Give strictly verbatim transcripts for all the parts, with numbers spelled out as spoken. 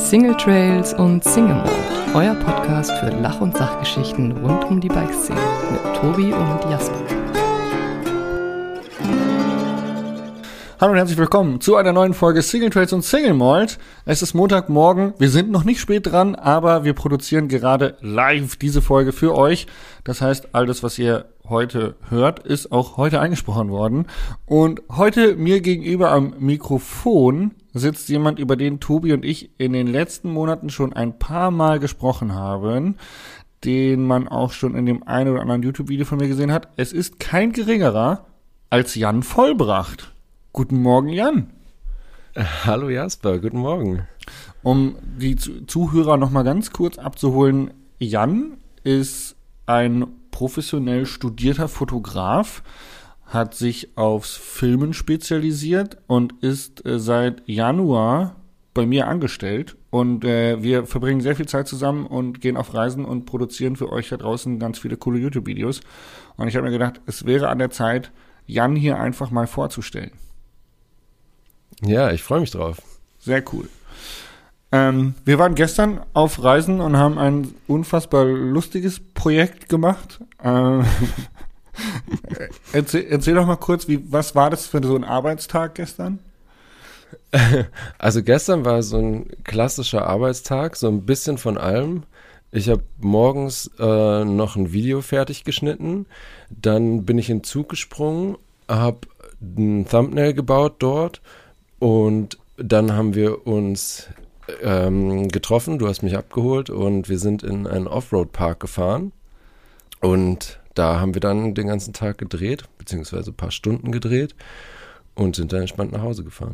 Single Trails und Single Mode, euer Podcast für Lach- und Sachgeschichten rund um die Bikeszene mit Tobi und Jasper. Hallo und herzlich willkommen zu einer neuen Folge Single Trails und Single Malt. Es ist Montagmorgen, wir sind noch nicht spät dran, aber wir produzieren gerade live diese Folge für euch. Das heißt, all das, was ihr heute hört, ist auch heute eingesprochen worden. Und heute mir gegenüber am Mikrofon sitzt jemand, über den Tobi und ich in den letzten Monaten schon ein paar Mal gesprochen haben, den man auch schon in dem einen oder anderen YouTube-Video von mir gesehen hat. Es ist kein geringerer als Jan Vollbracht. Guten Morgen, Jan. Hallo Jasper, guten Morgen. Um die Zuhörer noch mal ganz kurz abzuholen, Jan ist ein professionell studierter Fotograf, hat sich aufs Filmen spezialisiert und ist äh, seit Januar bei mir angestellt. Und äh, wir verbringen sehr viel Zeit zusammen und gehen auf Reisen und produzieren für euch da draußen ganz viele coole YouTube-Videos. Und ich habe mir gedacht, es wäre an der Zeit, Jan hier einfach mal vorzustellen. Ja, ich freue mich drauf. Sehr cool. Ähm, wir waren gestern auf Reisen und haben ein unfassbar lustiges Projekt gemacht. Ähm, erzähl, erzähl doch mal kurz, wie, was war das für so ein Arbeitstag gestern? Also gestern war so ein klassischer Arbeitstag, so ein bisschen von allem. Ich habe morgens äh, noch ein Video fertig geschnitten, dann bin ich in den Zug gesprungen, habe ein Thumbnail gebaut dort und dann haben wir uns ähm, getroffen, du hast mich abgeholt und wir sind in einen Offroad-Park gefahren und da haben wir dann den ganzen Tag gedreht, beziehungsweise ein paar Stunden gedreht und sind dann entspannt nach Hause gefahren.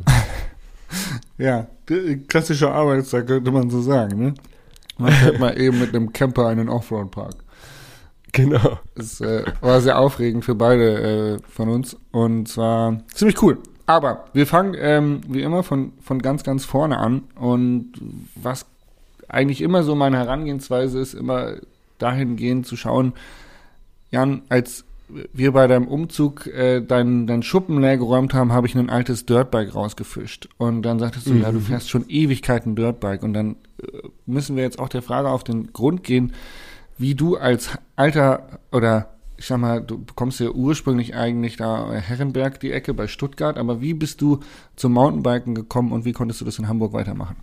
Ja, klassischer Arbeitstag könnte man so sagen, ne? Man fährt mal eben mit einem Camper in den Offroad-Park. Genau. Es äh, war sehr aufregend für beide äh, von uns und zwar ziemlich cool. Aber wir fangen ähm, wie immer von, von ganz, ganz vorne an und was eigentlich immer so meine Herangehensweise ist, immer dahingehend zu schauen, Jan, als wir bei deinem Umzug äh, deinen dein Schuppen leer geräumt haben, habe ich ein altes Dirtbike rausgefischt und dann sagtest du, mhm. ja, du fährst schon Ewigkeiten Dirtbike und dann äh, müssen wir jetzt auch der Frage auf den Grund gehen, wie du als alter oder ich sag mal, du kommst ja ursprünglich eigentlich da Herrenberg, die Ecke bei Stuttgart, aber wie bist du zum Mountainbiken gekommen und wie konntest du das in Hamburg weitermachen?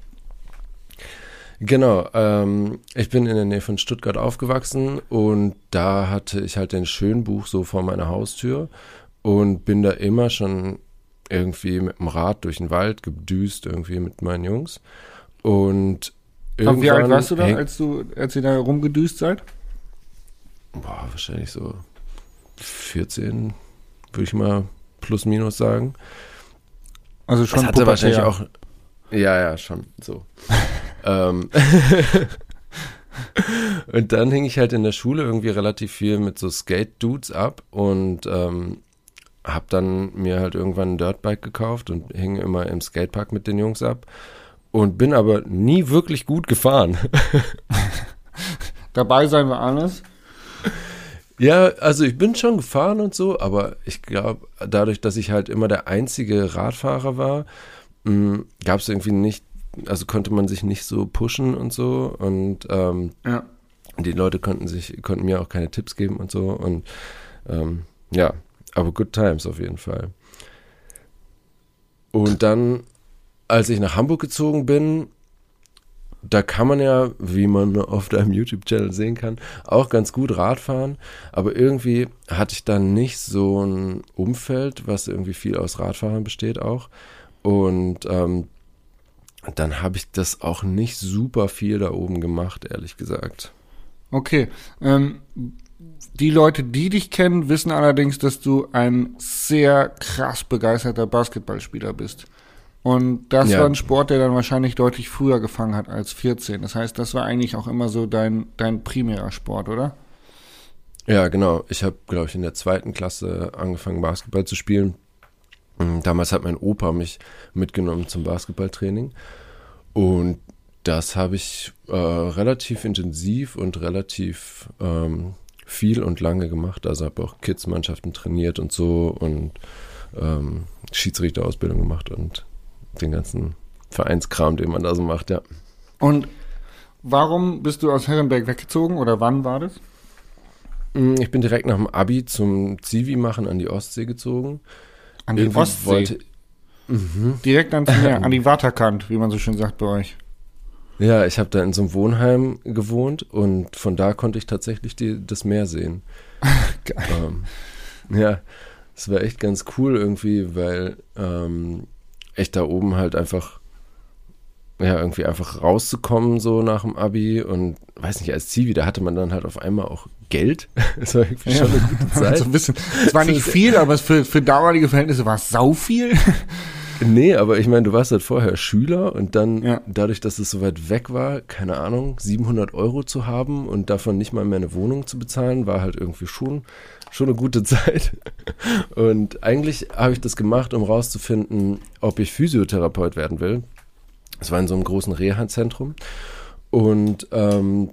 Genau, ähm, ich bin in der Nähe von Stuttgart aufgewachsen und da hatte ich halt den Schönbuch so vor meiner Haustür und bin da immer schon irgendwie mit dem Rad durch den Wald gedüst, irgendwie mit meinen Jungs. Und irgendwann... Aber wie alt warst du da, als du, als ihr da rumgedüst seid? Boah, wahrscheinlich so vierzehn, würde ich mal plus minus sagen. Also schon das hatte wahrscheinlich auch, ja, ja, schon so. ähm, und dann hing ich halt in der Schule irgendwie relativ viel mit so Skate-Dudes ab und ähm, hab dann mir halt irgendwann ein Dirtbike gekauft und hing immer im Skatepark mit den Jungs ab und bin aber nie wirklich gut gefahren. Dabei sein wir alles. Ja, also ich bin schon gefahren und so, aber ich glaube, dadurch, dass ich halt immer der einzige Radfahrer war, gab es irgendwie nicht, also konnte man sich nicht so pushen und so und ähm, ja. Die Leute konnten sich, konnten mir auch keine Tipps geben und so und ähm, ja, aber good times auf jeden Fall. Und dann, als ich nach Hamburg gezogen bin, da kann man ja, wie man auf deinem YouTube-Channel sehen kann, auch ganz gut Rad fahren. Aber irgendwie hatte ich dann nicht so ein Umfeld, was irgendwie viel aus Radfahrern besteht auch. Und ähm, dann habe ich das auch nicht super viel da oben gemacht, ehrlich gesagt. Okay. Ähm, die Leute, die dich kennen, wissen allerdings, dass du ein sehr krass begeisterter Basketballspieler bist. Und das ja. war ein Sport, der dann wahrscheinlich deutlich früher gefangen hat als vierzehn. Das heißt, das war eigentlich auch immer so dein, dein primärer Sport, oder? Ja, genau. Ich habe, glaube ich, in der zweiten Klasse angefangen, Basketball zu spielen. Damals hat mein Opa mich mitgenommen zum Basketballtraining. Und das habe ich äh, relativ intensiv und relativ ähm, viel und lange gemacht. Also habe auch Kids-Mannschaften trainiert und so und ähm, Schiedsrichterausbildung gemacht und den ganzen Vereinskram, den man da so macht, ja. Und warum bist du aus Herrenberg weggezogen oder wann war das? Ich bin direkt nach dem Abi zum Zivi machen an die Ostsee gezogen. An die Irgendwie Ostsee? wollte- Mhm. Direkt ans Meer, an die Waterkant, wie man so schön sagt bei euch. Ja, ich habe da in so einem Wohnheim gewohnt und von da konnte ich tatsächlich die, das Meer sehen. Geil. Ähm, ja, es war echt ganz cool irgendwie, weil ähm, echt da oben halt einfach, ja, irgendwie einfach rauszukommen so nach dem Abi und weiß nicht, als Zivi, da hatte man dann halt auf einmal auch Geld. Das war irgendwie schon eine gute Zeit. So ein bisschen. Es war nicht viel, aber es für, für damalige Verhältnisse war es sau viel. Nee, aber ich meine, du warst halt vorher Schüler und dann Ja. dadurch, dass es so weit weg war, keine Ahnung, siebenhundert Euro zu haben und davon nicht mal mehr eine Wohnung zu bezahlen, war halt irgendwie schon, schon eine gute Zeit. Und eigentlich habe ich das gemacht, um rauszufinden, ob ich Physiotherapeut werden will. Es war in so einem großen Reha-Zentrum und ähm,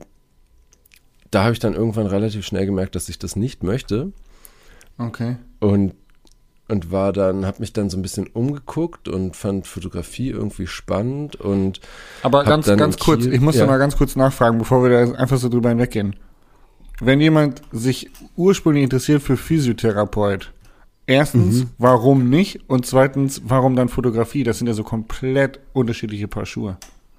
da habe ich dann irgendwann relativ schnell gemerkt, dass ich das nicht möchte. Okay. Und und war dann, habe mich dann so ein bisschen umgeguckt und fand Fotografie irgendwie spannend und Aber hab ganz, dann ganz in kurz, Kiel- ich muss ja. da mal ganz kurz nachfragen, bevor wir da einfach so drüber hinweggehen. Wenn jemand sich ursprünglich interessiert für Physiotherapeut, erstens, Mhm. warum nicht? Und zweitens, warum dann Fotografie? Das sind ja so komplett unterschiedliche Paar Schuhe.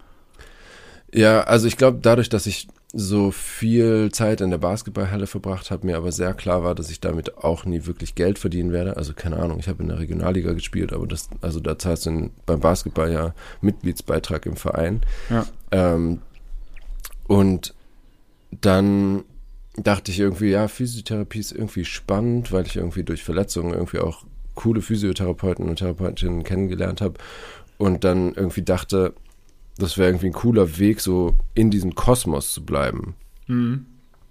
Ja, also ich glaube, dadurch, dass ich so viel Zeit in der Basketballhalle verbracht habe, mir aber sehr klar war, dass ich damit auch nie wirklich Geld verdienen werde. Also keine Ahnung, ich habe in der Regionalliga gespielt, aber das, also da zahlst du in, beim Basketball ja Mitgliedsbeitrag im Verein. Ja. Ähm, und dann dachte ich irgendwie, ja, Physiotherapie ist irgendwie spannend, weil ich irgendwie durch Verletzungen irgendwie auch coole Physiotherapeuten und Therapeutinnen kennengelernt habe und dann irgendwie dachte, das wäre irgendwie ein cooler Weg, so in diesem Kosmos zu bleiben. Mhm.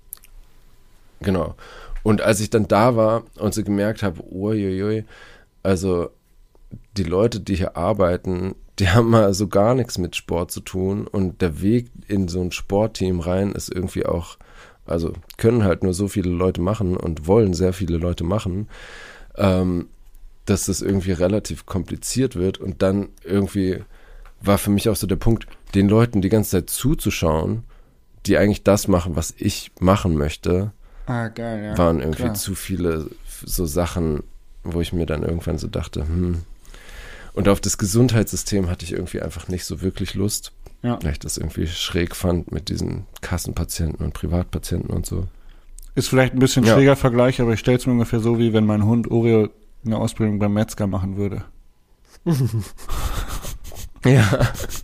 Genau. Und als ich dann da war und so gemerkt habe, uiuiui, also die Leute, die hier arbeiten, die haben mal so gar nichts mit Sport zu tun und der Weg in so ein Sportteam rein ist irgendwie auch, also können halt nur so viele Leute machen und wollen sehr viele Leute machen, ähm, dass das irgendwie relativ kompliziert wird und dann irgendwie war für mich auch so der Punkt, den Leuten die ganze Zeit zuzuschauen, die eigentlich das machen, was ich machen möchte, Ah, geil, ja. waren irgendwie klar. zu viele so Sachen, wo ich mir dann irgendwann so dachte, hm. Und auf das Gesundheitssystem hatte ich irgendwie einfach nicht so wirklich Lust, Ja. weil ich das irgendwie schräg fand mit diesen Kassenpatienten und Privatpatienten und so. Ist vielleicht ein bisschen Ja. schräger Vergleich, aber ich stelle es mir ungefähr so, wie wenn mein Hund Oreo eine Ausbildung beim Metzger machen würde. Ja.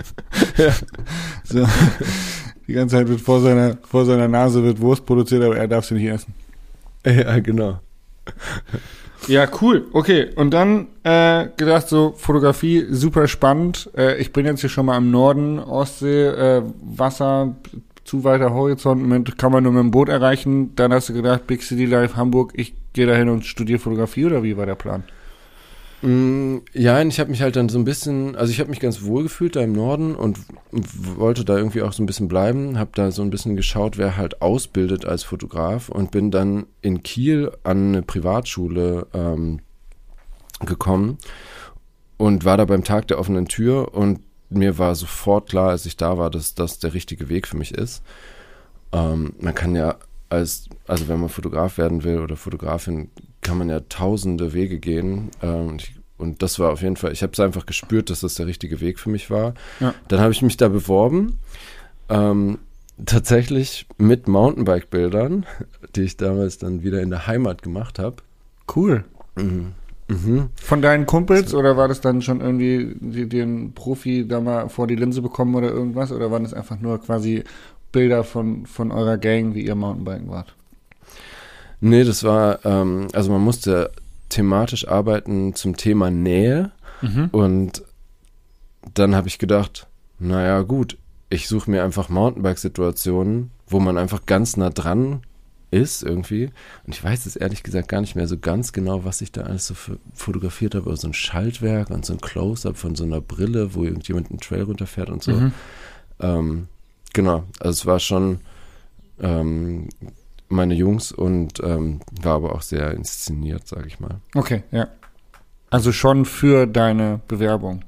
So. Die ganze Zeit wird vor seiner, vor seiner Nase wird Wurst produziert, aber er darf sie nicht essen. Ja, genau. Ja, cool. Okay, und dann äh, gedacht so, Fotografie, super spannend. Äh, ich bin jetzt hier schon mal im Norden, Ostsee, äh, Wasser, zu weiter Horizont, mit, kann man nur mit dem Boot erreichen. Dann hast du gedacht, Big City Life, Hamburg, ich gehe dahin und studiere Fotografie, oder wie war der Plan? Mm, Ja, und ich habe mich halt dann so ein bisschen, also ich habe mich ganz wohl gefühlt da im Norden und w- wollte da irgendwie auch so ein bisschen bleiben, habe da so ein bisschen geschaut, wer halt ausbildet als Fotograf und bin dann in Kiel an eine Privatschule ähm, gekommen und war da beim Tag der offenen Tür und mir war sofort klar, als ich da war, dass das der richtige Weg für mich ist. Ähm, man kann ja als, also wenn man Fotograf werden will oder Fotografin, kann man ja tausende Wege gehen. Ähm, und, ich, und das war auf jeden Fall, ich habe es einfach gespürt, dass das der richtige Weg für mich war. Ja. Dann habe ich mich da beworben, ähm, tatsächlich mit Mountainbike-Bildern, die ich damals dann wieder in der Heimat gemacht habe. Cool. Mhm. Mhm. Von deinen Kumpels, oder war das dann schon irgendwie, die, den Profi da mal vor die Linse bekommen oder irgendwas? Oder waren das einfach nur quasi Bilder von, von eurer Gang, wie ihr Mountainbiken wart? Nee, das war, ähm, also man musste thematisch arbeiten zum Thema Nähe Mhm. und dann habe ich gedacht, naja gut, ich suche mir einfach Mountainbike-Situationen, wo man einfach ganz nah dran ist irgendwie. Und ich weiß jetzt ehrlich gesagt gar nicht mehr so ganz genau, was ich da alles so f- fotografiert habe, aber so ein Schaltwerk und so ein Close-Up von so einer Brille, wo irgendjemand einen Trail runterfährt und so. Mhm. Ähm, genau, also es war schon ähm, meine Jungs und ähm, war aber auch sehr inszeniert, sage ich mal. Okay, ja. Also schon für deine Bewerbung.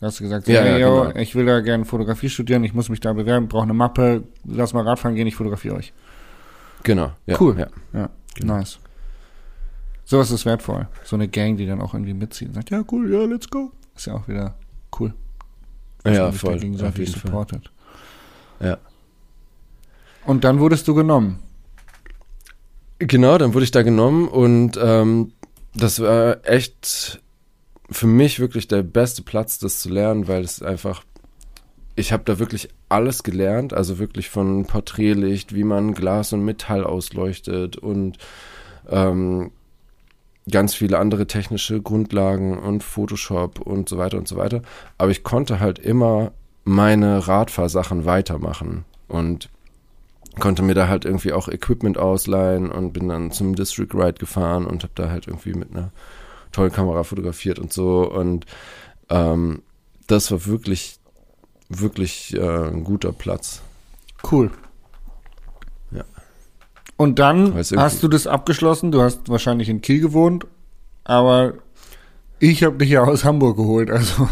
Da hast du gesagt, so, Ja, hey, ja, yo, genau. ich will da gerne Fotografie studieren, ich muss mich da bewerben, brauche eine Mappe, lass mal Radfahren gehen, ich fotografiere euch. Genau. Ja, Cool. Ja. Ja, Genau. nice. Sowas ist wertvoll. So eine Gang, die dann auch irgendwie mitzieht und sagt, ja, cool, ja, let's go. Ist ja auch wieder cool. Dass Ja, man sich da voll. Auf gegenseitig jeden Fall. supportet. Ja. Und dann wurdest du genommen. Genau, dann wurde ich da genommen und ähm, das war echt für mich wirklich der beste Platz, das zu lernen, weil es einfach, ich habe da wirklich alles gelernt, also wirklich von Porträtlicht, wie man Glas und Metall ausleuchtet und ähm, ganz viele andere technische Grundlagen und Photoshop und so weiter und so weiter. Aber ich konnte halt immer meine Radfahrsachen weitermachen und konnte mir da halt irgendwie auch Equipment ausleihen und bin dann zum District Ride gefahren und habe da halt irgendwie mit einer tollen Kamera fotografiert und so. Und ähm, das war wirklich, wirklich äh, ein guter Platz. Cool. Ja. Und dann Weil es irgendwie- hast du das abgeschlossen. Du hast wahrscheinlich in Kiel gewohnt, aber ich habe dich ja aus Hamburg geholt. Also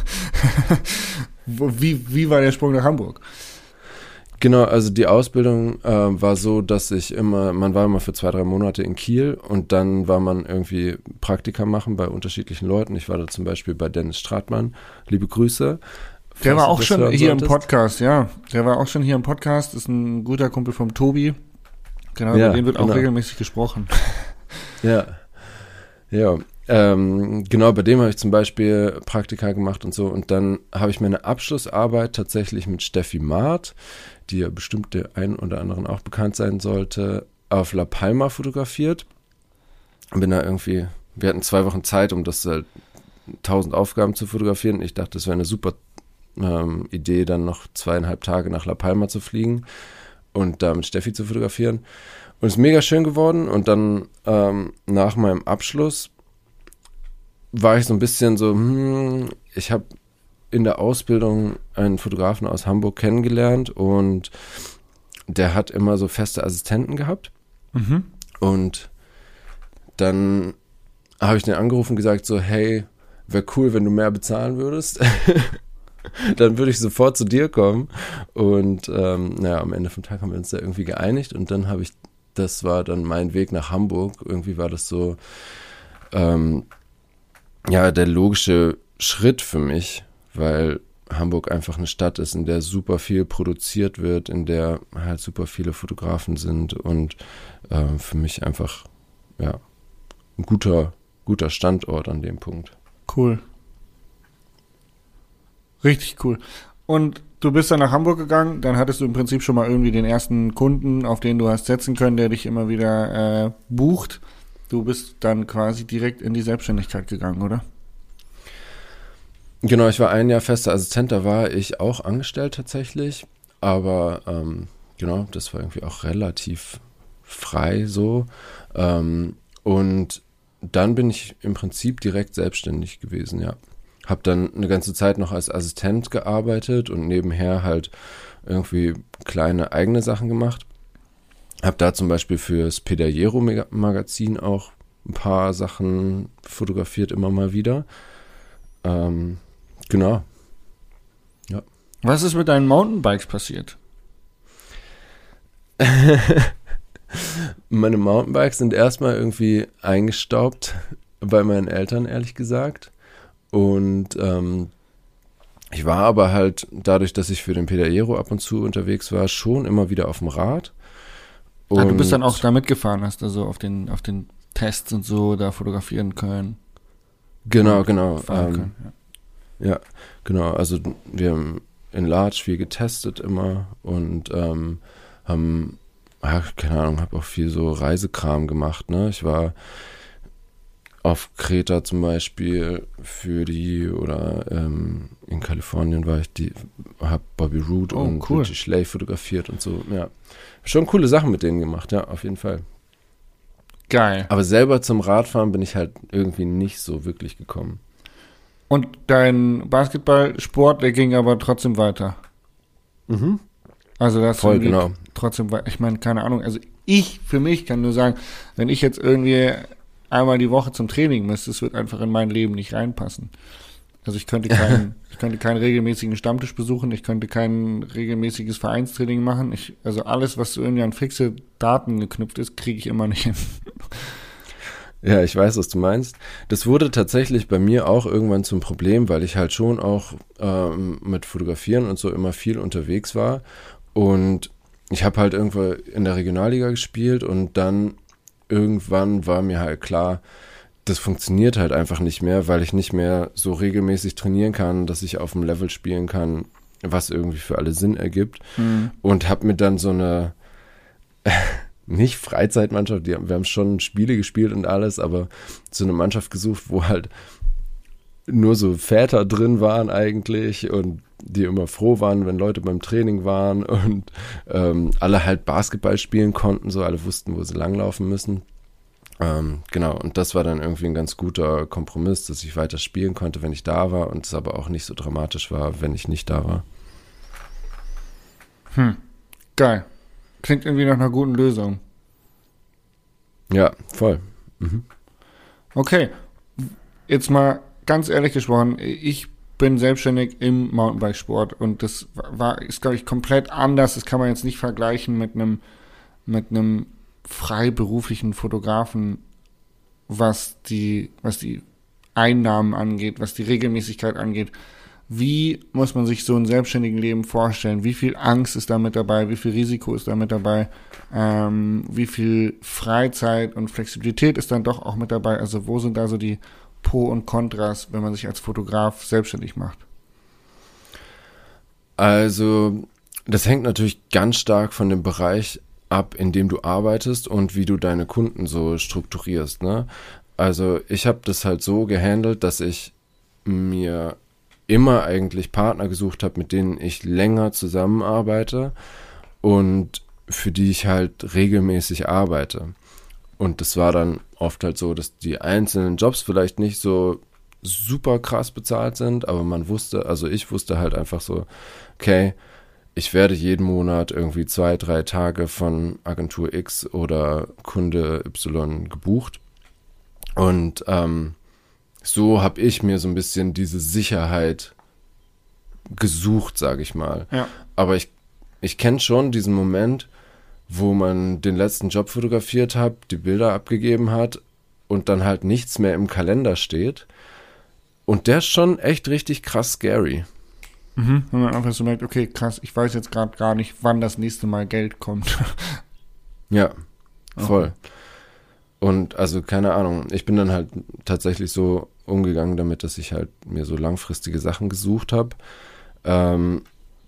wo- wie, wie war der Sprung nach Hamburg? Genau, also die Ausbildung äh, war so, dass ich immer, man war immer für zwei, drei Monate in Kiel und dann war man irgendwie Praktika machen bei unterschiedlichen Leuten. Ich war da zum Beispiel bei Dennis Stratmann. Liebe Grüße. Der falls war du auch das schon hören hier im solltest. Podcast, ja. Der war auch schon hier im Podcast. Ist ein guter Kumpel vom Tobi. Genau, Ja, über den wird auch genau. regelmäßig gesprochen. Ja, ja. Ähm, genau, bei dem habe ich zum Beispiel Praktika gemacht und so. Und dann habe ich meine Abschlussarbeit tatsächlich mit Steffi Maat, die ja bestimmt der einen oder anderen auch bekannt sein sollte, auf La Palma fotografiert. Bin da irgendwie, wir hatten zwei Wochen Zeit, um das halt tausend Aufgaben zu fotografieren. Ich dachte, das wäre eine super ähm, Idee, dann noch zweieinhalb Tage nach La Palma zu fliegen und da mit Steffi zu fotografieren. Und es ist mega schön geworden. Und dann ähm, nach meinem Abschluss war ich so ein bisschen so, hm, ich habe in der Ausbildung einen Fotografen aus Hamburg kennengelernt und der hat immer so feste Assistenten gehabt. Mhm. Und dann habe ich den angerufen und gesagt so, hey, wäre cool, wenn du mehr bezahlen würdest. Dann würde ich sofort zu dir kommen. Und ähm, naja, am Ende vom Tag haben wir uns da irgendwie geeinigt. Und dann habe ich, das war dann mein Weg nach Hamburg. Irgendwie war das so, ähm, ja, der logische Schritt für mich, weil Hamburg einfach eine Stadt ist, in der super viel produziert wird, in der halt super viele Fotografen sind und äh, für mich einfach, ja, ein guter, guter Standort an dem Punkt. Cool. Richtig cool. Und du bist dann nach Hamburg gegangen, dann hattest du im Prinzip schon mal irgendwie den ersten Kunden, auf den du hast setzen können, der dich immer wieder äh, bucht. Du bist dann quasi direkt in die Selbstständigkeit gegangen, oder? Genau, ich war ein Jahr fester Assistent, da war ich auch angestellt tatsächlich, aber ähm, genau, das war irgendwie auch relativ frei so. Ähm, und dann bin ich im Prinzip direkt selbstständig gewesen, ja. Hab dann eine ganze Zeit noch als Assistent gearbeitet und nebenher halt irgendwie kleine eigene Sachen gemacht. Hab da zum Beispiel fürs Pedaliero Magazin auch ein paar Sachen fotografiert, immer mal wieder. Ähm, genau. Ja. Was ist mit deinen Mountainbikes passiert? Meine Mountainbikes sind erstmal irgendwie eingestaubt bei meinen Eltern, ehrlich gesagt. Und ähm, ich war aber halt, dadurch, dass ich für den Pedaliero ab und zu unterwegs war, schon immer wieder auf dem Rad. Und Ah, du bist dann auch da mitgefahren, hast also auf den, auf den Tests und so da fotografieren können. Genau, genau. Fahren Ähm, können, ja. Ja, genau. Also wir haben in Large viel getestet immer und ähm, haben, ach, keine Ahnung, habe auch viel so Reisekram gemacht. Ne, ich war auf Kreta zum Beispiel für die oder ähm, in Kalifornien war ich die, habe Bobby Roode Oh, und cool. Richie Schley fotografiert und so. Ja, schon coole Sachen mit denen gemacht. Ja, auf jeden Fall. Geil. Aber selber zum Radfahren bin ich halt irgendwie nicht so wirklich gekommen. Und dein Basketballsport, der ging aber trotzdem weiter. Mhm. Also das Voll, irgendwie genau. trotzdem weiter. Ich meine, keine Ahnung. Also ich, für mich kann nur sagen, wenn ich jetzt irgendwie einmal die Woche zum Training müsste, es wird einfach in mein Leben nicht reinpassen. Also ich könnte keinen, ich könnte keinen regelmäßigen Stammtisch besuchen, ich könnte kein regelmäßiges Vereinstraining machen. Ich, also alles, was so irgendwie an fixe Daten geknüpft ist, kriege ich immer nicht hin. Ja, ich weiß, was du meinst. Das wurde tatsächlich bei mir auch irgendwann zum Problem, weil ich halt schon auch ähm, mit Fotografieren und so immer viel unterwegs war. Und ich habe halt irgendwo in der Regionalliga gespielt und dann irgendwann war mir halt klar, das funktioniert halt einfach nicht mehr, weil ich nicht mehr so regelmäßig trainieren kann, dass ich auf dem Level spielen kann, was irgendwie für alle Sinn ergibt. Mhm. Und habe mir dann so eine nicht Freizeitmannschaft, die, wir haben schon Spiele gespielt und alles, aber so eine Mannschaft gesucht, wo halt nur so Väter drin waren eigentlich und die immer froh waren, wenn Leute beim Training waren und ähm, alle halt Basketball spielen konnten, so alle wussten, wo sie langlaufen müssen. Ähm, genau, und das war dann irgendwie ein ganz guter Kompromiss, dass ich weiter spielen konnte, wenn ich da war und es aber auch nicht so dramatisch war, wenn ich nicht da war. Hm, geil. Klingt irgendwie nach einer guten Lösung. Ja, voll. Mhm. Okay, jetzt mal ganz ehrlich gesprochen, ich bin selbstständig im Mountainbikesport und das war, ist, glaube ich, komplett anders. Das kann man jetzt nicht vergleichen mit einem mit einem freiberuflichen Fotografen, was die, was die Einnahmen angeht, was die Regelmäßigkeit angeht. Wie muss man sich so ein selbstständigen Leben vorstellen? Wie viel Angst ist da mit dabei? Wie viel Risiko ist da mit dabei? Ähm, wie viel Freizeit und Flexibilität ist dann doch auch mit dabei? Also wo sind da so die Pro und Kontras, wenn man sich als Fotograf selbstständig macht? Also das hängt natürlich ganz stark von dem Bereich ab, in dem du arbeitest und wie du deine Kunden so strukturierst, ne? Also ich habe das halt so gehandelt, dass ich mir immer eigentlich Partner gesucht habe, mit denen ich länger zusammenarbeite und für die ich halt regelmäßig arbeite. Und das war dann oft halt so, dass die einzelnen Jobs vielleicht nicht so super krass bezahlt sind, aber man wusste, also ich wusste halt einfach so, okay, ich werde jeden Monat irgendwie zwei, drei Tage von Agentur X oder Kunde Y gebucht. Und ähm, so habe ich mir so ein bisschen diese Sicherheit gesucht, sage ich mal. Ja. Aber ich, ich kenne schon diesen Moment, wo man den letzten Job fotografiert hat, die Bilder abgegeben hat und dann halt nichts mehr im Kalender steht. Und der ist schon echt richtig krass scary. Mhm. Wenn man einfach so merkt, okay, krass, ich weiß jetzt gerade gar nicht, wann das nächste Mal Geld kommt. Ja, voll. Okay. Und also keine Ahnung, ich bin dann halt tatsächlich so umgegangen damit, dass ich halt mir so langfristige Sachen gesucht habe. Ähm,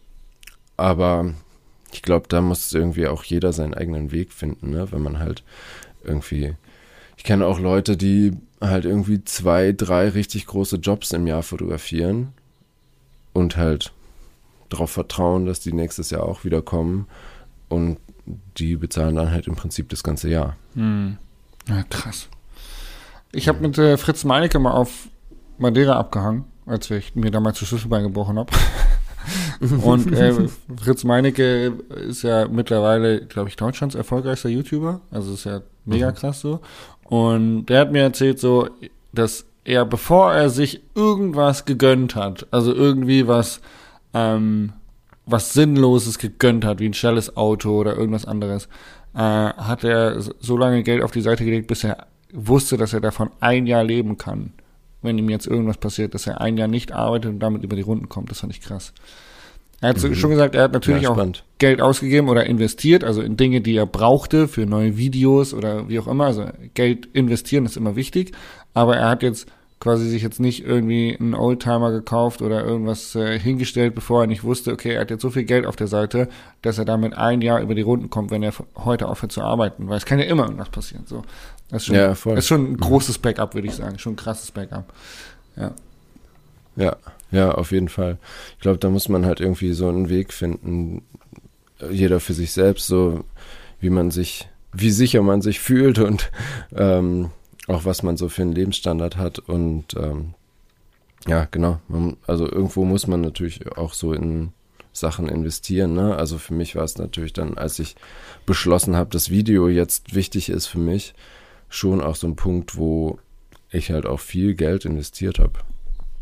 aber ich glaube, da muss irgendwie auch jeder seinen eigenen Weg finden, ne? Wenn man halt irgendwie, ich kenne auch Leute, die halt irgendwie zwei, drei richtig große Jobs im Jahr fotografieren und halt darauf vertrauen, dass die nächstes Jahr auch wieder kommen und die bezahlen dann halt im Prinzip das ganze Jahr. Hm. Ja, krass. Ich habe mit äh, Fritz Meinecke mal auf Madeira abgehangen, als ich mir damals das Schlüsselbein gebrochen habe. Und äh, Fritz Meinecke ist ja mittlerweile, glaube ich, Deutschlands erfolgreichster YouTuber. Also ist ja mega krass so. Und der hat mir erzählt so, dass er, bevor er sich irgendwas gegönnt hat, also irgendwie was, ähm, was Sinnloses gegönnt hat, wie ein schnelles Auto oder irgendwas anderes, äh, hat er so lange Geld auf die Seite gelegt, bis er wusste, dass er davon ein Jahr leben kann, wenn ihm jetzt irgendwas passiert, dass er ein Jahr nicht arbeitet und damit über die Runden kommt. Das fand ich krass. Er hat mhm. schon gesagt, er hat natürlich ja, auch Geld ausgegeben oder investiert, also in Dinge, die er brauchte für neue Videos oder wie auch immer. Also Geld investieren ist immer wichtig, aber er hat jetzt quasi sich jetzt nicht irgendwie einen Oldtimer gekauft oder irgendwas äh, hingestellt, bevor er nicht wusste, okay, er hat jetzt so viel Geld auf der Seite, dass er damit ein Jahr über die Runden kommt, wenn er heute aufhört zu arbeiten, weil es kann ja immer irgendwas passieren. So, das ist schon, ja, voll. Das ist schon ein großes Backup, würde ich sagen, schon ein krasses Backup. Ja. Ja, ja, auf jeden Fall. Ich glaube, da muss man halt irgendwie so einen Weg finden, jeder für sich selbst, so wie man sich, wie sicher man sich fühlt und ähm, auch was man so für einen Lebensstandard hat und ähm, ja, genau. Man, also irgendwo muss man natürlich auch so in Sachen investieren, ne? Also für mich war es natürlich dann, als ich beschlossen habe, das Video jetzt wichtig ist für mich, schon auch so ein Punkt, wo ich halt auch viel Geld investiert habe.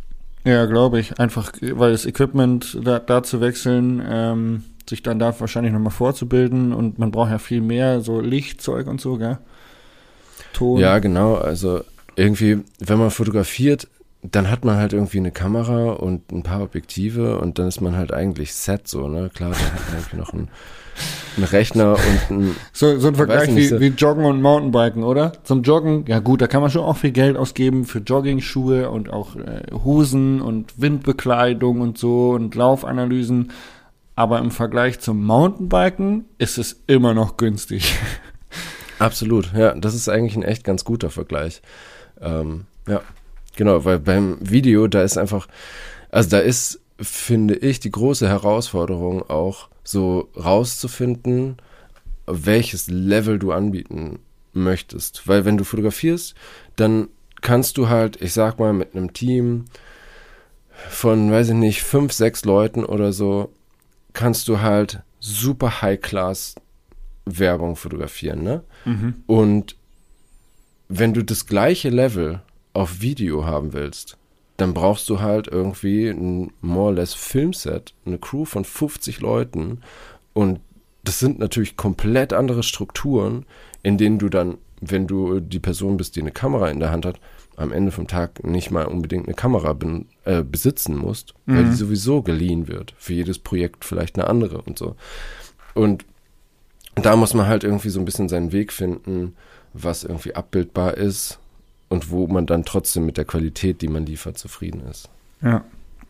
Ja, glaube ich. Einfach, weil das Equipment da, da zu wechseln, ähm, sich dann da wahrscheinlich nochmal vorzubilden und man braucht ja viel mehr, so Lichtzeug und so, gell? Ton. Ja, genau. Also irgendwie, wenn man fotografiert, dann hat man halt irgendwie eine Kamera und ein paar Objektive und dann ist man halt eigentlich set so, ne? Klar, dann hat man irgendwie noch einen, einen Rechner und ein... So, so ein Vergleich nicht, wie, so wie Joggen und Mountainbiken, oder? Zum Joggen, ja gut, da kann man schon auch viel Geld ausgeben für Jogging-Schuhe und auch äh, Hosen und Windbekleidung und so und Laufanalysen. Aber im Vergleich zum Mountainbiken ist es immer noch günstig. Absolut, ja, das ist eigentlich ein echt ganz guter Vergleich. Ähm, ja, genau, weil beim Video, da ist einfach, also da ist, finde ich, die große Herausforderung auch so rauszufinden, welches Level du anbieten möchtest. Weil wenn du fotografierst, dann kannst du halt, ich sag mal, mit einem Team von, weiß ich nicht, fünf, sechs Leuten oder so, kannst du halt super High-Class Werbung fotografieren, ne? Mhm. Und wenn du das gleiche Level auf Video haben willst, dann brauchst du halt irgendwie ein more or less Filmset, eine Crew von fünfzig Leuten und das sind natürlich komplett andere Strukturen, in denen du dann, wenn du die Person bist, die eine Kamera in der Hand hat, am Ende vom Tag nicht mal unbedingt eine Kamera bin, äh, besitzen musst, mhm. weil die sowieso geliehen wird. Für jedes Projekt vielleicht eine andere und so. Und da muss man halt irgendwie so ein bisschen seinen Weg finden, was irgendwie abbildbar ist und wo man dann trotzdem mit der Qualität, die man liefert, zufrieden ist. Ja.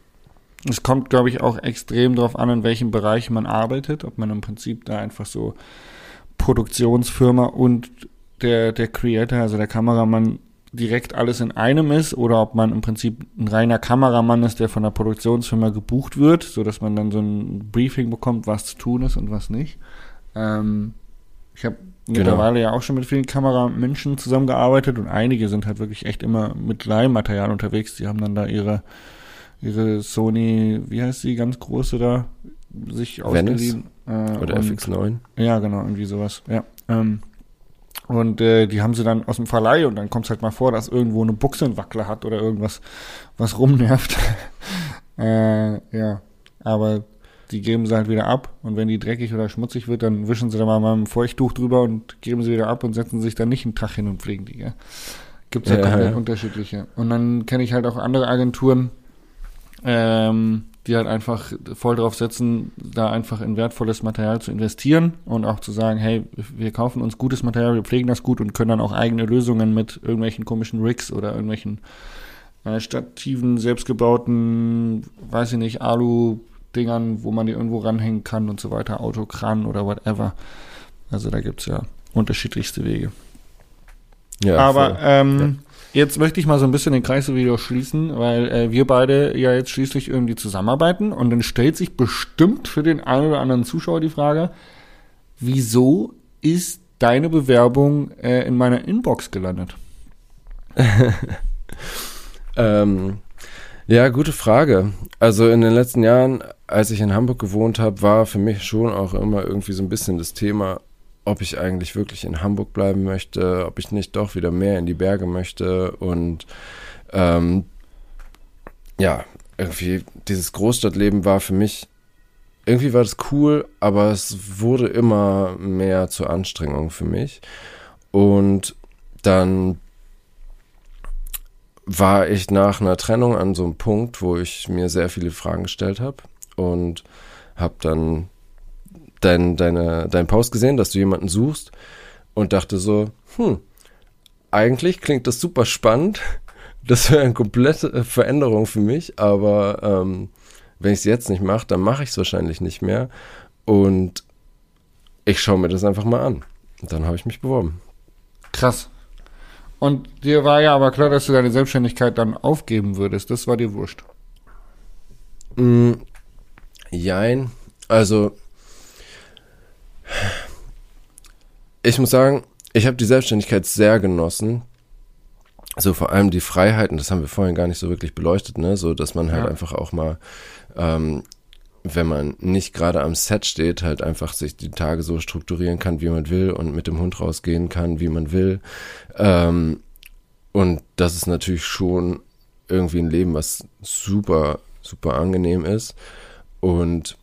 Es kommt, glaube ich, auch extrem darauf an, in welchem Bereich man arbeitet, ob man im Prinzip da einfach so Produktionsfirma und der, der Creator, also der Kameramann, direkt alles in einem ist oder ob man im Prinzip ein reiner Kameramann ist, der von der Produktionsfirma gebucht wird, sodass man dann so ein Briefing bekommt, was zu tun ist und was nicht. Ähm, ich habe genau. mittlerweile ja auch schon mit vielen Kameramenschen zusammengearbeitet und einige sind halt wirklich echt immer mit Leihmaterial unterwegs. Die haben dann da ihre ihre Sony, wie heißt die, ganz große da, sich ausgeliehen. Äh, oder und, F X neun. Ja, genau, irgendwie sowas, ja. Ähm, Und äh, die haben sie dann aus dem Verleih und dann kommt es halt mal vor, dass irgendwo eine Buchse einen Wackler hat oder irgendwas, was rumnervt. äh, ja, aber die geben sie halt wieder ab und wenn die dreckig oder schmutzig wird, dann wischen sie da mal mit einem Feuchttuch drüber und geben sie wieder ab und setzen sich dann nicht einen Tag hin und pflegen die. Gell? Gibt's ja, ja komplett ja. unterschiedliche. Und dann kenne ich halt auch andere Agenturen, ähm, die halt einfach voll drauf setzen, da einfach in wertvolles Material zu investieren und auch zu sagen, hey, wir kaufen uns gutes Material, wir pflegen das gut und können dann auch eigene Lösungen mit irgendwelchen komischen Rigs oder irgendwelchen äh, Stativen, selbstgebauten, weiß ich nicht, Alu-Dingern, wo man die irgendwo ranhängen kann und so weiter, Autokran oder whatever. Also da gibt's ja unterschiedlichste Wege. Ja, aber ähm, ja. Jetzt möchte ich mal so ein bisschen den Kreis wieder schließen, weil äh, wir beide ja jetzt schließlich irgendwie zusammenarbeiten und dann stellt sich bestimmt für den einen oder anderen Zuschauer die Frage, wieso ist deine Bewerbung äh, in meiner Inbox gelandet? ähm, ja, gute Frage. Also in den letzten Jahren, als ich in Hamburg gewohnt habe, war für mich schon auch immer irgendwie so ein bisschen das Thema, ob ich eigentlich wirklich in Hamburg bleiben möchte, ob ich nicht doch wieder mehr in die Berge möchte und ähm, ja, irgendwie dieses Großstadtleben war für mich, irgendwie war das cool, aber es wurde immer mehr zur Anstrengung für mich und dann war ich nach einer Trennung an so einem Punkt, wo ich mir sehr viele Fragen gestellt habe und habe dann Dein, deine, dein Post gesehen, dass du jemanden suchst und dachte so, hm, eigentlich klingt das super spannend, das wäre eine komplette Veränderung für mich, aber ähm, wenn ich es jetzt nicht mache, dann mache ich es wahrscheinlich nicht mehr und ich schaue mir das einfach mal an. Und dann habe ich mich beworben. Krass. Und dir war ja aber klar, dass du deine Selbstständigkeit dann aufgeben würdest, das war dir wurscht. Mm, jein, also ich muss sagen, ich habe die Selbstständigkeit sehr genossen. So vor allem die Freiheiten, das haben wir vorhin gar nicht so wirklich beleuchtet, ne? So, dass man halt ja. einfach auch mal, ähm, wenn man nicht gerade am Set steht, halt einfach sich die Tage so strukturieren kann, wie man will und mit dem Hund rausgehen kann, wie man will. Ähm, und das ist natürlich schon irgendwie ein Leben, was super, super angenehm ist. Und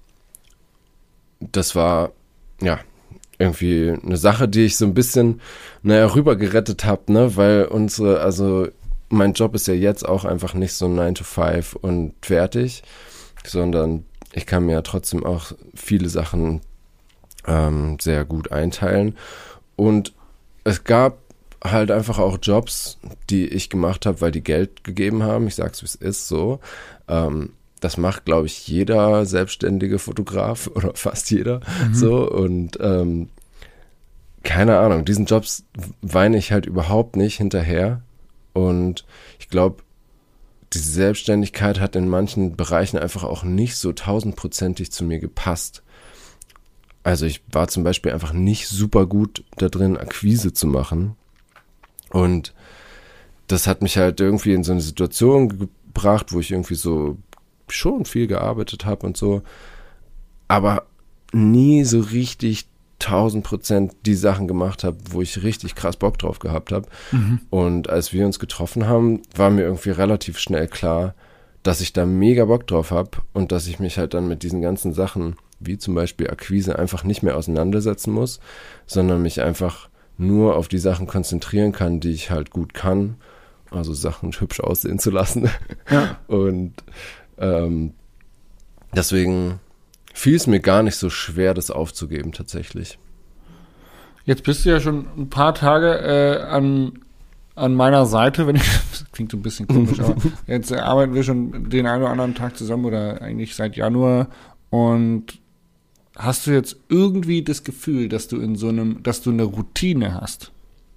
das war, ja, irgendwie eine Sache, die ich so ein bisschen, naja, rübergerettet habe, ne, weil unsere, also mein Job ist ja jetzt auch einfach nicht so nine to five und fertig, sondern ich kann mir ja trotzdem auch viele Sachen ähm, sehr gut einteilen. Und es gab halt einfach auch Jobs, die ich gemacht habe, weil die Geld gegeben haben. Ich sag's, wie es ist, so. Ähm, das macht, glaube ich, jeder selbstständige Fotograf oder fast jeder, mhm. so. Und ähm, keine Ahnung, diesen Jobs weine ich halt überhaupt nicht hinterher. Und ich glaube, diese Selbstständigkeit hat in manchen Bereichen einfach auch nicht so tausendprozentig zu mir gepasst. Also ich war zum Beispiel einfach nicht super gut da drin, Akquise zu machen. Und das hat mich halt irgendwie in so eine Situation gebracht, wo ich irgendwie so schon viel gearbeitet habe und so, aber nie so richtig tausend Prozent die Sachen gemacht habe, wo ich richtig krass Bock drauf gehabt habe. Mhm. Und als wir uns getroffen haben, war mir irgendwie relativ schnell klar, dass ich da mega Bock drauf habe und dass ich mich halt dann mit diesen ganzen Sachen, wie zum Beispiel Akquise, einfach nicht mehr auseinandersetzen muss, sondern mich einfach nur auf die Sachen konzentrieren kann, die ich halt gut kann, also Sachen hübsch aussehen zu lassen. Ja. Und ähm, deswegen fiel es mir gar nicht so schwer, das aufzugeben tatsächlich. Jetzt bist du ja schon ein paar Tage äh, an, an meiner Seite, wenn ich, das klingt so ein bisschen komisch, aber jetzt äh, arbeiten wir schon den einen oder anderen Tag zusammen oder eigentlich seit Januar. Und hast du jetzt irgendwie das Gefühl, dass du in so einem, dass du eine Routine hast?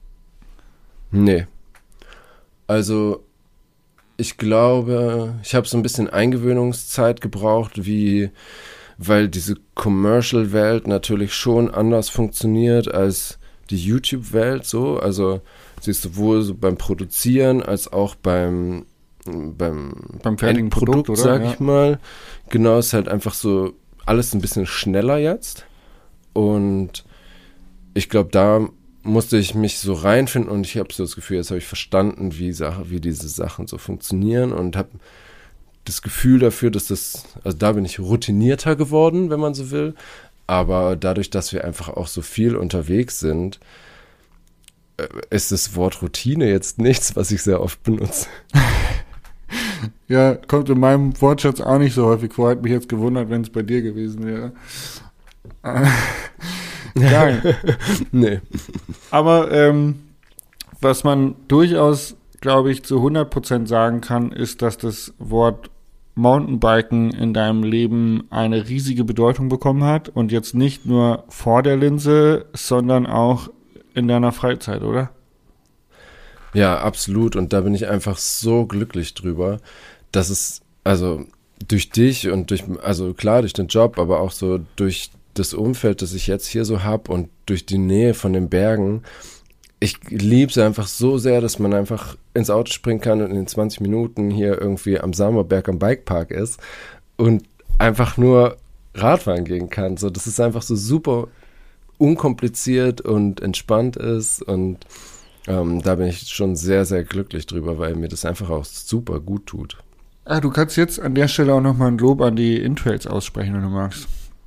Nee. Also ich glaube, ich habe so ein bisschen Eingewöhnungszeit gebraucht, wie, weil diese Commercial-Welt natürlich schon anders funktioniert als die YouTube-Welt so. Also sie ist sowohl so beim Produzieren als auch beim beim, beim fertigen Produkt, Produkt, sag ja. ich mal. Genau, ist halt einfach so alles ein bisschen schneller jetzt. Und ich glaube, da musste ich mich so reinfinden und ich habe so das Gefühl, jetzt habe ich verstanden, wie Sache, wie diese Sachen so funktionieren und habe das Gefühl dafür, dass das, also da bin ich routinierter geworden, wenn man so will, aber dadurch, dass wir einfach auch so viel unterwegs sind, ist das Wort Routine jetzt nichts, was ich sehr oft benutze. Ja, kommt in meinem Wortschatz auch nicht so häufig vor, hat mich jetzt gewundert, wenn es bei dir gewesen wäre. Geil. Nee. Aber ähm, was man durchaus, glaube ich, zu hundert Prozent sagen kann, ist, dass das Wort Mountainbiken in deinem Leben eine riesige Bedeutung bekommen hat und jetzt nicht nur vor der Linse, sondern auch in deiner Freizeit, oder? Ja, absolut. Und da bin ich einfach so glücklich drüber, dass es, also durch dich und durch, also klar durch den Job, aber auch so durch das Umfeld, das ich jetzt hier so habe und durch die Nähe von den Bergen, ich liebe es einfach so sehr, dass man einfach ins Auto springen kann und in zwanzig Minuten hier irgendwie am Samerberg am Bikepark ist und einfach nur Radfahren gehen kann. So, das ist einfach so super unkompliziert und entspannt ist und ähm, da bin ich schon sehr, sehr glücklich drüber, weil mir das einfach auch super gut tut. Ah, du kannst jetzt an der Stelle auch nochmal ein Lob an die Intrails aussprechen, wenn du magst.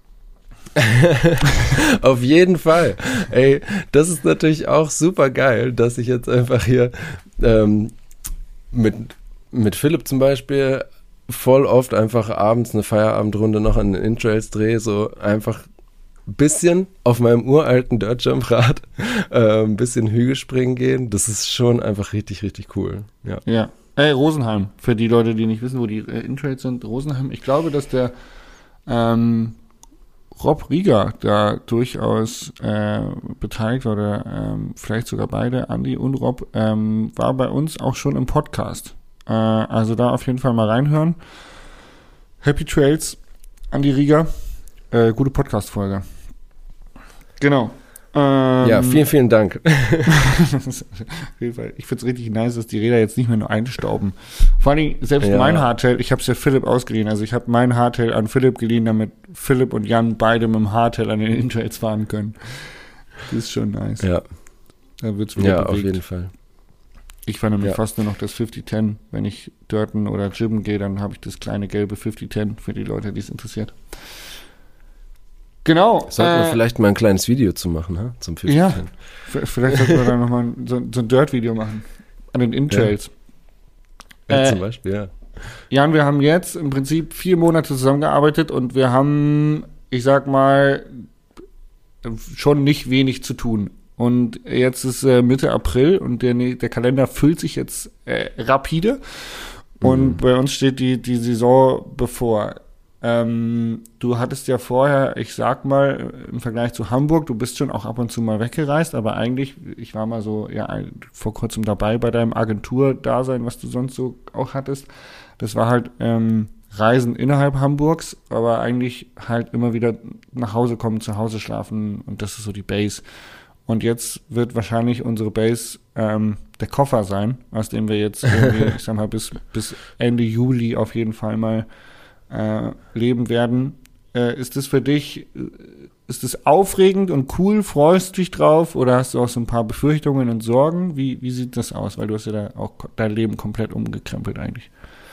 Auf jeden Fall. Ey, das ist natürlich auch super geil, dass ich jetzt einfach hier ähm, mit, mit Philipp zum Beispiel voll oft einfach abends eine Feierabendrunde noch an den Intrails drehe, so einfach ein bisschen auf meinem uralten Dirtjump-Rad äh, ein bisschen Hügel springen gehen. Das ist schon einfach richtig, richtig cool. Ja. Ja. Ey, Rosenheim, für die Leute, die nicht wissen, wo die äh, Intrails sind, Rosenheim. Ich glaube, dass der ähm, Rob Rieger da durchaus äh, beteiligt oder ähm, vielleicht sogar beide, Andi und Rob, ähm, war bei uns auch schon im Podcast. Äh, also da auf jeden Fall mal reinhören. Happy Trails, Andi Rieger. Äh, gute Podcast-Folge. Genau. Ähm, ja, vielen, vielen Dank. Ich finde es richtig nice, dass die Räder jetzt nicht mehr nur einstauben. Vor allem, selbst ja. mein Hardtail, ich habe es ja Philipp ausgeliehen, also ich habe mein Hardtail an Philipp geliehen, damit Philipp und Jan beide mit dem Hardtail an den Intrails fahren können. Das ist schon nice. Ja, Da wird's wieder ja bewegt. Auf jeden Fall. Ich fahre nämlich Ja. fast nur noch das fünfzig zehn. Wenn ich dirten oder jibben gehe, dann habe ich das kleine gelbe fünfzig zehn für die Leute, die es interessiert. Genau. Sollten wir äh, vielleicht mal ein kleines Video zu machen, ha? Zum fünfzig Ja. zehn. v- Vielleicht sollten wir da nochmal so, so ein Dirt-Video machen. An den Intrails. Ja, Äh, zum Beispiel, ja. Jan, wir haben jetzt im Prinzip vier Monate zusammengearbeitet und wir haben, ich sag mal, schon nicht wenig zu tun. Und jetzt ist äh, Mitte April und der, der Kalender füllt sich jetzt äh, rapide. Und Mhm. bei uns steht die, die Saison bevor. Ähm, du hattest ja vorher, ich sag mal, im Vergleich zu Hamburg, du bist schon auch ab und zu mal weggereist, aber eigentlich, ich war mal so, ja, ein- vor kurzem dabei bei deinem Agentur-Dasein, was du sonst so auch hattest. Das war halt ähm, Reisen innerhalb Hamburgs, aber eigentlich halt immer wieder nach Hause kommen, zu Hause schlafen und das ist so die Base. Und jetzt wird wahrscheinlich unsere Base ähm, der Koffer sein, aus dem wir jetzt irgendwie, ich sag mal, bis, bis Ende Juli auf jeden Fall mal äh, leben werden. Äh, ist das für dich, äh, ist das aufregend und cool? Freust du dich drauf oder hast du auch so ein paar Befürchtungen und Sorgen? Wie, wie sieht das aus? Weil du hast ja da auch ko- dein Leben komplett umgekrempelt eigentlich.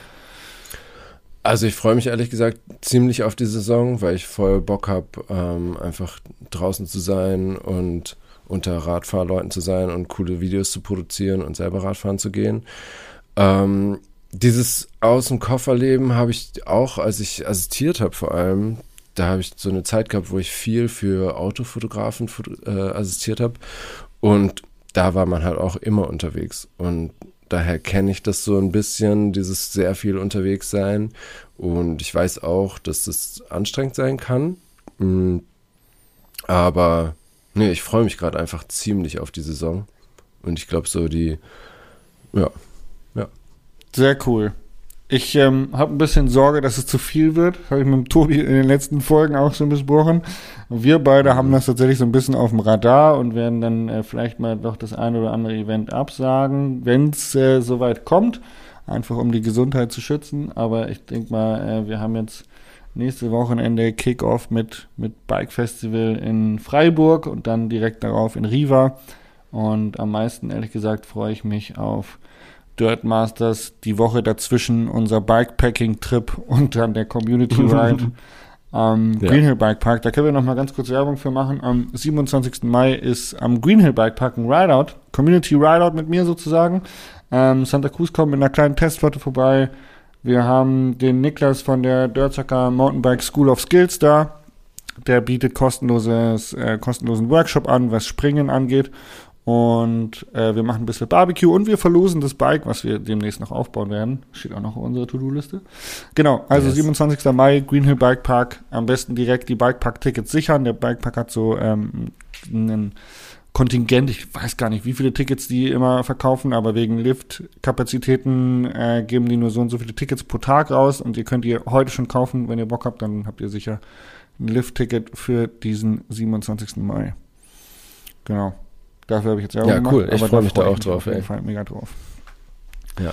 Also ich freue mich ehrlich gesagt ziemlich auf die Saison, weil ich voll Bock habe, ähm, einfach draußen zu sein und unter Radfahrleuten zu sein und coole Videos zu produzieren und selber Radfahren zu gehen. Ähm, dieses Aus- und Kofferleben habe ich auch, als ich assistiert habe vor allem, da habe ich so eine Zeit gehabt, wo ich viel für Autofotografen foto- äh, assistiert habe und da war man halt auch immer unterwegs und daher kenne ich das so ein bisschen, dieses sehr viel unterwegs sein und ich weiß auch, dass das anstrengend sein kann, mm, aber nee, ich freue mich gerade einfach ziemlich auf die Saison und ich glaube so die, ja, Sehr cool. Ich ähm, habe ein bisschen Sorge, dass es zu viel wird. Habe ich mit dem Tobi in den letzten Folgen auch schon besprochen. Wir beide haben das tatsächlich so ein bisschen auf dem Radar und werden dann äh, vielleicht mal doch das ein oder andere Event absagen, wenn es äh, soweit kommt. Einfach um die Gesundheit zu schützen. Aber ich denke mal, äh, wir haben jetzt nächste Wochenende Kickoff mit, mit Bike Festival in Freiburg und dann direkt darauf in Riva. Und am meisten, ehrlich gesagt, freue ich mich auf Dirt Masters, die Woche dazwischen unser Bikepacking-Trip und dann der Community Ride am Ja. Green Hill Bike Park. Da können wir noch mal ganz kurz Werbung für machen. Am siebenundzwanzigsten Mai ist am Green Hill Bike Park ein Rideout, Community Rideout mit mir sozusagen. Ähm, Santa Cruz kommt mit einer kleinen Testflotte vorbei. Wir haben den Niklas von der Dirtsucker Mountainbike School of Skills da. Der bietet kostenloses, äh, kostenlosen Workshop an, was Springen angeht. Und äh, wir machen ein bisschen Barbecue und wir verlosen das Bike, was wir demnächst noch aufbauen werden. Steht auch noch auf unserer To-Do-Liste. Genau, also Yes. siebenundzwanzigsten Mai, Green Hill Bike Park. Am besten direkt die Bikepark-Tickets sichern. Der Bikepark hat so ähm, einen Kontingent, ich weiß gar nicht, wie viele Tickets die immer verkaufen, aber wegen Lift-Kapazitäten äh, geben die nur so und so viele Tickets pro Tag raus und ihr könnt ihr heute schon kaufen, wenn ihr Bock habt, dann habt ihr sicher ein Lift-Ticket für diesen siebenundzwanzigsten Mai. Genau. Dafür habe ich jetzt Werbung Ja, gemacht. cool. Ich aber freu da mich da freu auch drauf, Auf jeden ey. Fall mega drauf. ja.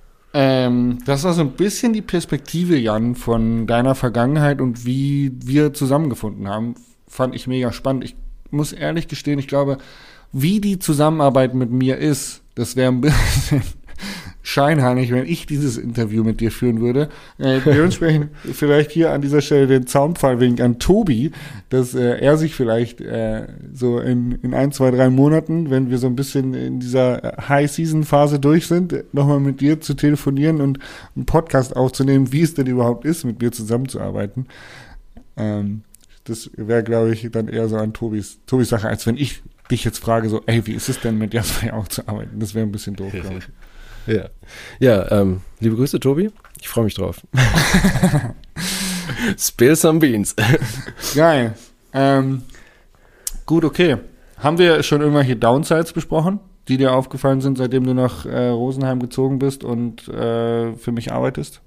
Ähm, das war so ein bisschen die Perspektive, Jan, von deiner Vergangenheit und wie wir zusammengefunden haben. Fand ich mega spannend. Ich muss ehrlich gestehen, ich glaube, wie die Zusammenarbeit mit mir ist, das wäre ein bisschen scheinheilig, wenn ich dieses Interview mit dir führen würde. Äh, dementsprechend vielleicht hier an dieser Stelle den Zaunpfahlwink an Tobi, dass äh, er sich vielleicht äh, so in, in ein, zwei, drei Monaten, wenn wir so ein bisschen in dieser High-Season-Phase durch sind, nochmal mit dir zu telefonieren und einen Podcast aufzunehmen, wie es denn überhaupt ist, mit mir zusammenzuarbeiten. Ähm, das wäre, glaube ich, dann eher so an Tobis, Tobis Sache, als wenn ich dich jetzt frage, so, ey, wie ist es denn, mit Jasper auch zu arbeiten? Das wäre ein bisschen doof, glaube ich. Ja, ja ähm, liebe Grüße, Tobi. Ich freue mich drauf. Spill some beans. Geil. Ähm, gut, okay. Haben wir schon irgendwelche Downsides besprochen, die dir aufgefallen sind, seitdem du nach äh, Rosenheim gezogen bist und äh, für mich arbeitest?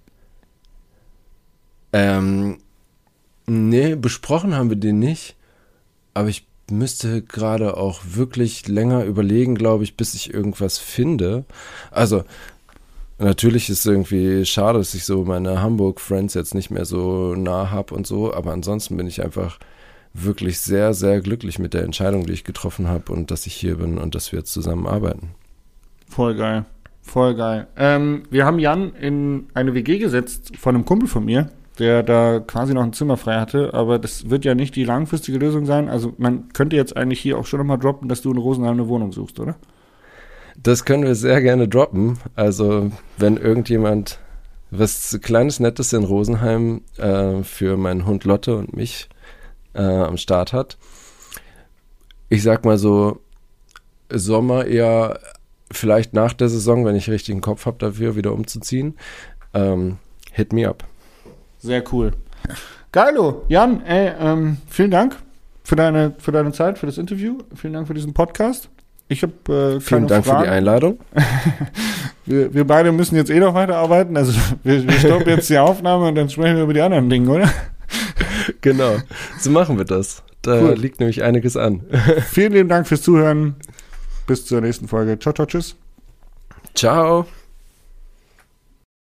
ähm, nee, besprochen haben wir den nicht, aber ich müsste gerade auch wirklich länger überlegen, glaube ich, bis ich irgendwas finde. Also, natürlich ist es irgendwie schade, dass ich so meine Hamburg-Friends jetzt nicht mehr so nah habe und so, aber ansonsten bin ich einfach wirklich sehr, sehr glücklich mit der Entscheidung, die ich getroffen habe und dass ich hier bin und dass wir jetzt zusammen arbeiten. Voll geil. Voll geil. Ähm, wir haben Jan in eine W G gesetzt von einem Kumpel von mir, der da quasi noch ein Zimmer frei hatte, aber das wird ja nicht die langfristige Lösung sein. Also man könnte jetzt eigentlich hier auch schon nochmal droppen, dass du in Rosenheim eine Wohnung suchst, oder? Das können wir sehr gerne droppen. Also wenn irgendjemand was Kleines, Nettes in Rosenheim äh, für meinen Hund Lotte und mich äh, am Start hat. Ich sag mal so, Sommer eher vielleicht nach der Saison, wenn ich richtigen Kopf habe dafür, wieder umzuziehen. Ähm, hit me up. Sehr cool. Geilo. Jan, ey, ähm, vielen Dank für deine, für deine Zeit, für das Interview. Vielen Dank für diesen Podcast. Ich habe äh, keine Vielen Dank Fragen. für die Einladung. wir, wir beide müssen jetzt eh noch weiterarbeiten. Also wir, wir stoppen jetzt die Aufnahme und dann sprechen wir über die anderen Dinge, oder? Genau. So machen wir das. Da cool. liegt nämlich einiges an. Vielen lieben Dank fürs Zuhören. Bis zur nächsten Folge. Ciao, ciao, tschüss. Ciao.